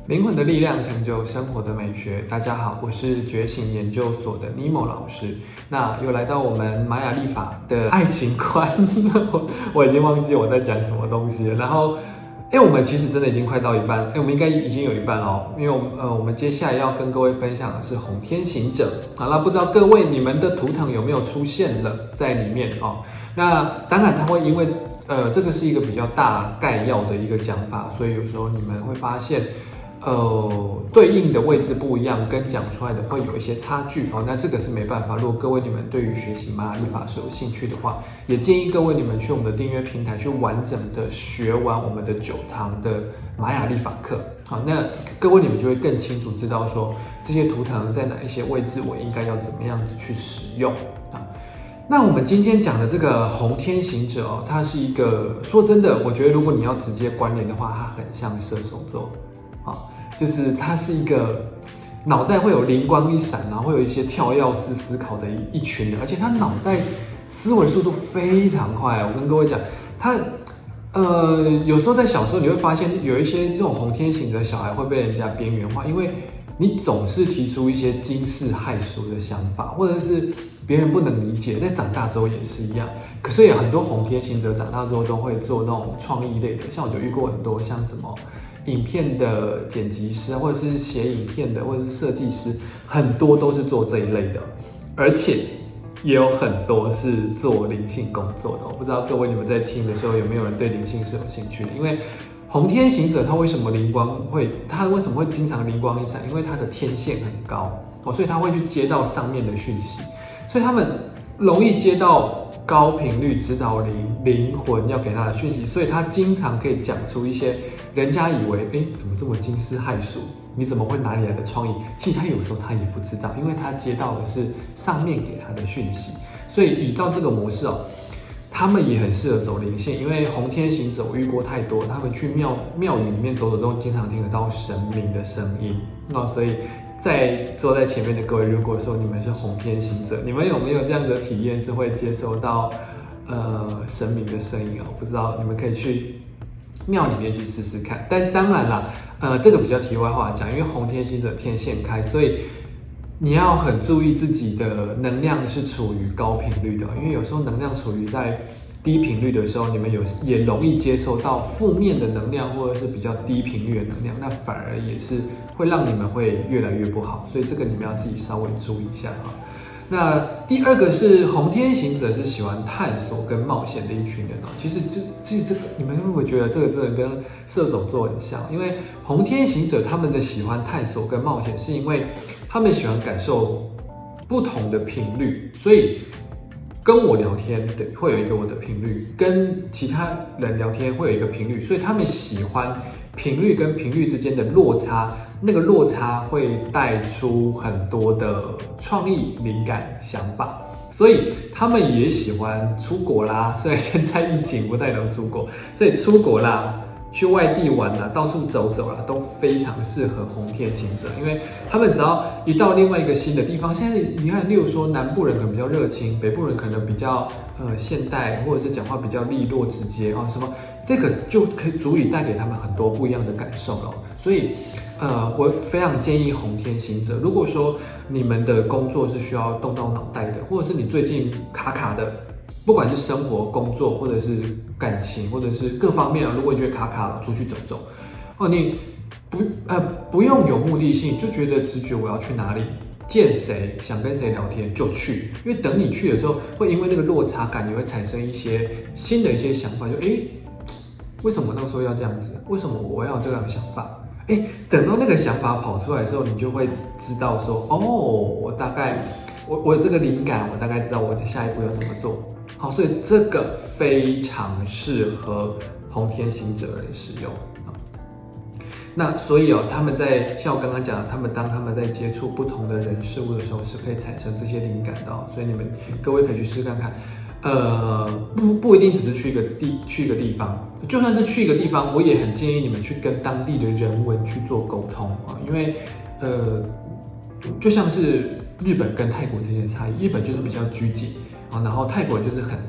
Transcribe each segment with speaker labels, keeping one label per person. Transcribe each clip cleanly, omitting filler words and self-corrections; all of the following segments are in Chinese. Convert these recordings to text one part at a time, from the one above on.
Speaker 1: 灵魂的力量成就生活的美学。大家好，我是觉醒研究所的尼莫老师。那又来到我们玛雅历法的爱情观，我已经忘记我在讲什么东西了。然后，我们其实真的已经快到一半，我们应该已经有一半哦。因为我们接下来要跟各位分享的是红天行者。好了，不知道各位你们的图腾有没有出现了在里面哦？那当然它会因为这个是一个比较大概要的一个讲法，所以有时候你们会发现。对应的位置不一样，跟讲出来的会有一些差距哦。那这个是没办法。如果各位你们对于学习玛雅历法是有兴趣的话，也建议各位你们去我们的订阅平台去完整的学完我们的9堂的玛雅历法课。好，那各位你们就会更清楚知道说这些图腾在哪一些位置，我应该要怎么样子去使用啊。那我们今天讲的这个红天行者哦，它是一个说真的，我觉得如果你要直接关联的话，它很像射手座。就是他是一个脑袋会有灵光一闪，然后会有一些跳跃式思考的一群人，而且他脑袋思维速度非常快。我跟各位讲，他有时候在小时候你会发现有一些那种红天行的小孩会被人家边缘化，因为你总是提出一些惊世骇俗的想法，或者是别人不能理解，在长大之后也是一样。可是有很多红天行者长大之后都会做那种创意类的，像我就遇过很多像什么影片的剪辑师，或者是写影片的，或者是设计师，很多都是做这一类的，而且也有很多是做灵性工作的。我不知道各位你们在听的时候有没有人对灵性是有兴趣的？因为红天行者他为什么会经常灵光一闪？因为他的天线很高哦，所以他会去接到上面的讯息，所以他们容易接到高频率指导灵魂要给他的讯息，所以他经常可以讲出一些人家以为怎么这么惊世骇俗，你怎么会哪里来的创意？其实他有时候他也不知道，因为他接到的是上面给他的讯息。所以以到这个模式哦，他们也很适合走灵性，因为红天行者我遇过太多，他们去庙宇里面走都经常听得到神明的声音。所以坐在前面的各位，如果说你们是红天行者，你们有没有这样的体验，是会接收到神明的声音？不知道，你们可以去庙里面去试试看。但当然啦，这个比较题外话讲，因为红天行者天线开，所以你要很注意自己的能量是处于高频率的，因为有时候能量处于在低频率的时候，你们也容易接受到负面的能量，或者是比较低频率的能量，那反而也是会让你们会越来越不好，所以这个你们要自己稍微注意一下哈。那第二个是红天行者是喜欢探索跟冒险的一群人哦。其实这个你们会不会觉得这个真的跟射手座很像？因为红天行者他们的喜欢探索跟冒险，是因为他们喜欢感受不同的频率，所以跟我聊天的会有一个我的频率，跟其他人聊天会有一个频率，所以他们喜欢频率跟频率之间的落差，那个落差会带出很多的创意、灵感、想法，所以他们也喜欢出国啦。虽然现在疫情不太能出国，所以出国啦，去外地玩啦，到处走走啦，都非常适合红天行者，因为他们只要一到另外一个新的地方，现在你看，例如说南部人可能比较热情，北部人可能比较现代，或者是讲话比较利落直接哦，什么这个就可以足以带给他们很多不一样的感受了。所以我非常建议红天行者，如果说你们的工作是需要动到脑袋的，或者是你最近卡卡的。不管是生活、工作，或者是感情，或者是各方面如果你觉得卡卡了，出去走走，你不用有目的性，就觉得直觉我要去哪里，见谁想跟谁聊天就去，因为等你去的时候，会因为那个落差感，你会产生一些新的一些想法，就为什么那个时候要这样子？为什么我要有这样的想法？等到那个想法跑出来的时候，你就会知道说，我大概我有这个灵感，我大概知道我的下一步要怎么做。好，所以这个非常适合红天行者人使用。那所以他们像我刚刚讲，当他们在接触不同的人事物的时候，是可以产生这些灵感的。所以各位可以去试看看。不一定只是去一个地方，就算是去一个地方，我也很建议你们去跟当地的人文去做沟通啊，因为就像是日本跟泰国之间的差异，日本就是比较拘谨啊，然后泰国人就是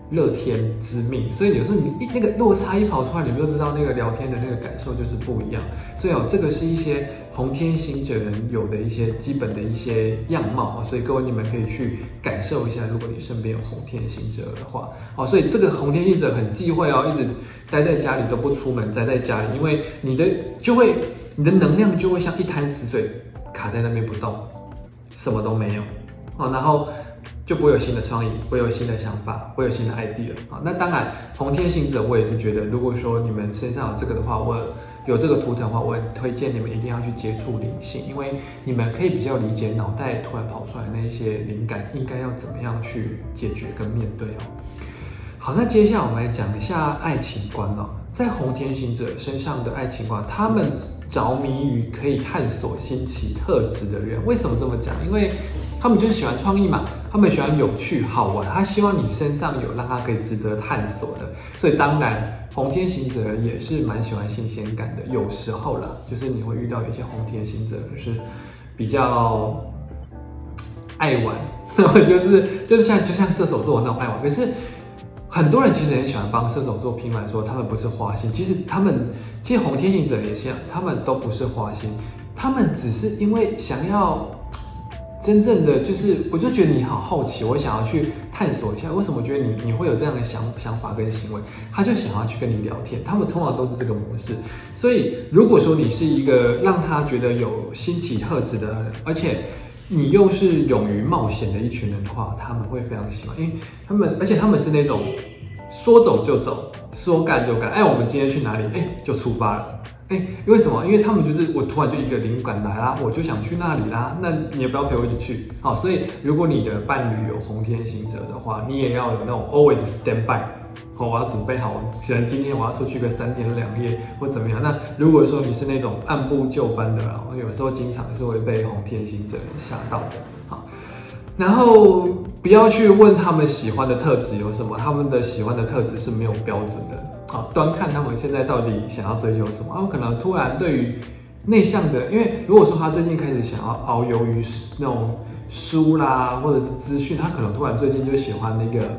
Speaker 1: 乐天知命，所以有时候你那个落差一跑出来，你就知道那个聊天的那个感受就是不一样。所以这个是一些红天行者人有的一些基本的一些样貌，所以各位你们可以去感受一下，如果你身边有红天行者的话，所以这个红天行者很忌讳一直待在家里都不出门，宅在家里，因为你的能量就会像一滩死水卡在那边不动，什么都没有然后就不会有新的创意，不会有新的想法，不会有新的 idea 那当然，红天行者我也是觉得，如果说你们身上有这个的话，我有这个图腾的话，我很推荐你们一定要去接触灵性，因为你们可以比较理解脑袋突然跑出来那一些灵感应该要怎么样去解决跟面对好，那接下来我们来讲一下爱情观在红天行者身上的爱情观，他们着迷于可以探索新奇特质的人。为什么这么讲？因为他们就是喜欢创意嘛，他们喜欢有趣好玩，他希望你身上有让他可以值得探索的。所以当然，红天行者也是蛮喜欢新鲜感的。有时候啦，就是你会遇到一些红天行者是比较爱玩，就像射手座那种爱玩，可是。很多人其实很喜欢帮射手座平反说他们不是花心，其实红天行者也像，他们都不是花心，他们只是因为想要真正的我就觉得你好好奇，我想要去探索一下，为什么我觉得你会有这样的想法跟行为，他就想要去跟你聊天，他们通常都是这个模式。所以如果说你是一个让他觉得有新奇特质的人，而且你又是勇于冒险的一群人的话，他们会非常喜欢，因为而且他们是那种说走就走，说干就干。我们今天去哪里？就出发了。为什么？因为他们我突然就一个灵感来啦，我就想去那里啦。那你也不要陪我一起去。好，所以如果你的伴侣有红天行者的话，你也要有那种 always stand by。我要准备好，可能今天我要出去个3天2夜或怎么样。那如果说你是那种按部就班的，有时候经常是会被红天行者吓到的。好，然后不要去问他们喜欢的特质有什么，他们的喜欢的特质是没有标准的。好，端看他们现在到底想要追求什么。他们可能突然对于内向的，因为如果说他最近开始想要遨游于那种书啦，或者是资讯，他可能突然最近就喜欢那个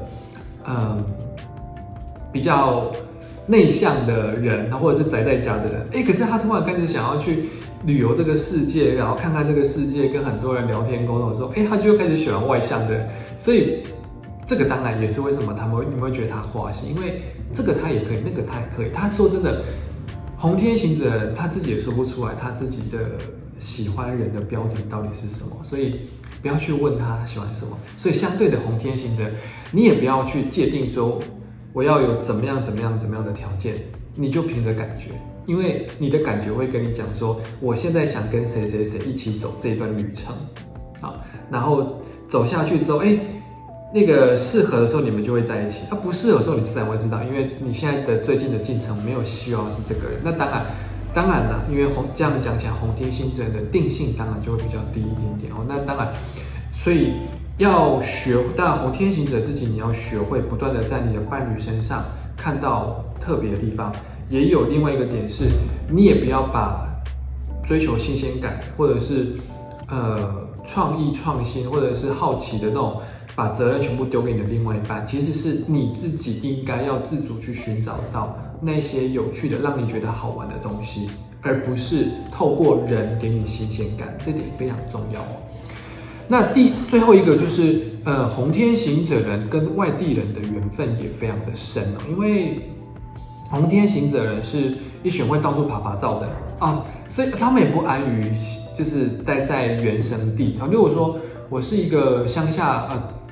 Speaker 1: 比较内向的人，或者是宅在家的人，可是他突然开始想要去旅游这个世界，然后看看这个世界，跟很多人聊天沟通的时候，他就开始喜欢外向的人。所以这个当然也是为什么你们会觉得他花心，因为这个他也可以，那个他也可以。他说真的，红天行者人他自己也说不出来他自己的喜欢人的标准到底是什么，所以不要去问他喜欢什么。所以相对的，红天行者你也不要去界定说我要有怎么样的条件，你就凭着感觉，因为你的感觉会跟你讲说，我现在想跟谁一起走这一段旅程，好，然后走下去之后，那个适合的时候你们就会在一起，不适合的时候你自然会知道，因为你现在的最近的进程没有希望是这个人。那当然啦，因为这样讲起来，红天行者的定性当然就会比较低一点点那当然，所以。当然红天行者自己你要学会不断的在你的伴侣身上看到特别的地方，也有另外一个点是，你也不要把追求新鲜感或者是创意创新或者是好奇的那种，把责任全部丢给你的另外一半，其实是你自己应该要自主去寻找到那些有趣的让你觉得好玩的东西，而不是透过人给你新鲜感，这点非常重要那最后一个就是红天行者人跟外地人的缘分也非常的深因为红天行者人是一群会到处爬照的所以他们也不安于就是待在原生地如果说我是一个乡下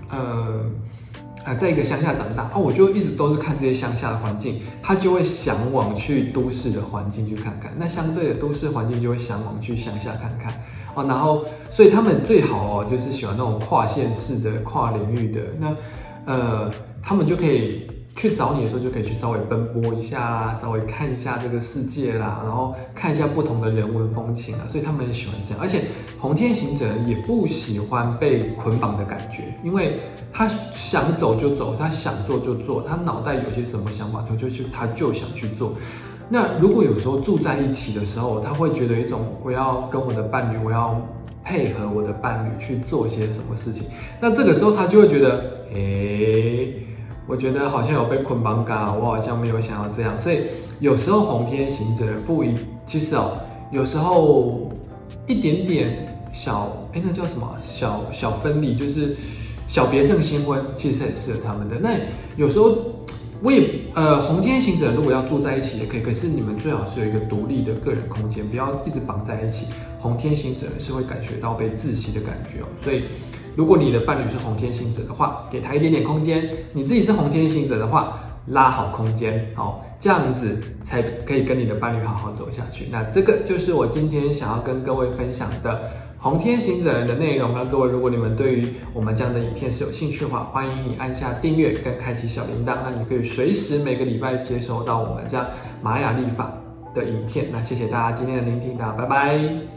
Speaker 1: 在一个乡下长大我就一直都是看这些乡下的环境，他就会向往去都市的环境去看看，那相对的都市环境就会向往去乡下看看然后所以他们最好就是喜欢那种跨县市的跨领域的那他们就可以去找你的时候就可以去稍微奔波一下稍微看一下这个世界啦，然后看一下不同的人文风情所以他们很喜欢这样。而且红天行者也不喜欢被捆绑的感觉，因为他想走就走，他想做就做，他脑袋有些什么想法他就想去做。那如果有时候住在一起的时候，他会觉得一种我要跟我的伴侣，我要配合我的伴侣去做些什么事情，那这个时候他就会觉得我觉得好像有被捆绑感，我好像没有想要这样，所以有时候红天行者其实有时候一点点那叫什么小分离，就是小别胜新婚，其实很适合他们的。那有时候红天行者如果要住在一起也可以，可是你们最好是有一个独立的个人空间，不要一直绑在一起。红天行者是会感觉到被窒息的感觉所以如果你的伴侣是红天行者的话，给他一点点空间；你自己是红天行者的话，拉好空间，这样子才可以跟你的伴侣好好走下去。那这个就是我今天想要跟各位分享的红天行者人的内容。那各位，如果你们对于我们这样的影片是有兴趣的话，欢迎你按下订阅跟开启小铃铛，那你可以随时每个礼拜接收到我们这样玛雅历法的影片。那谢谢大家今天的聆听，大家拜拜。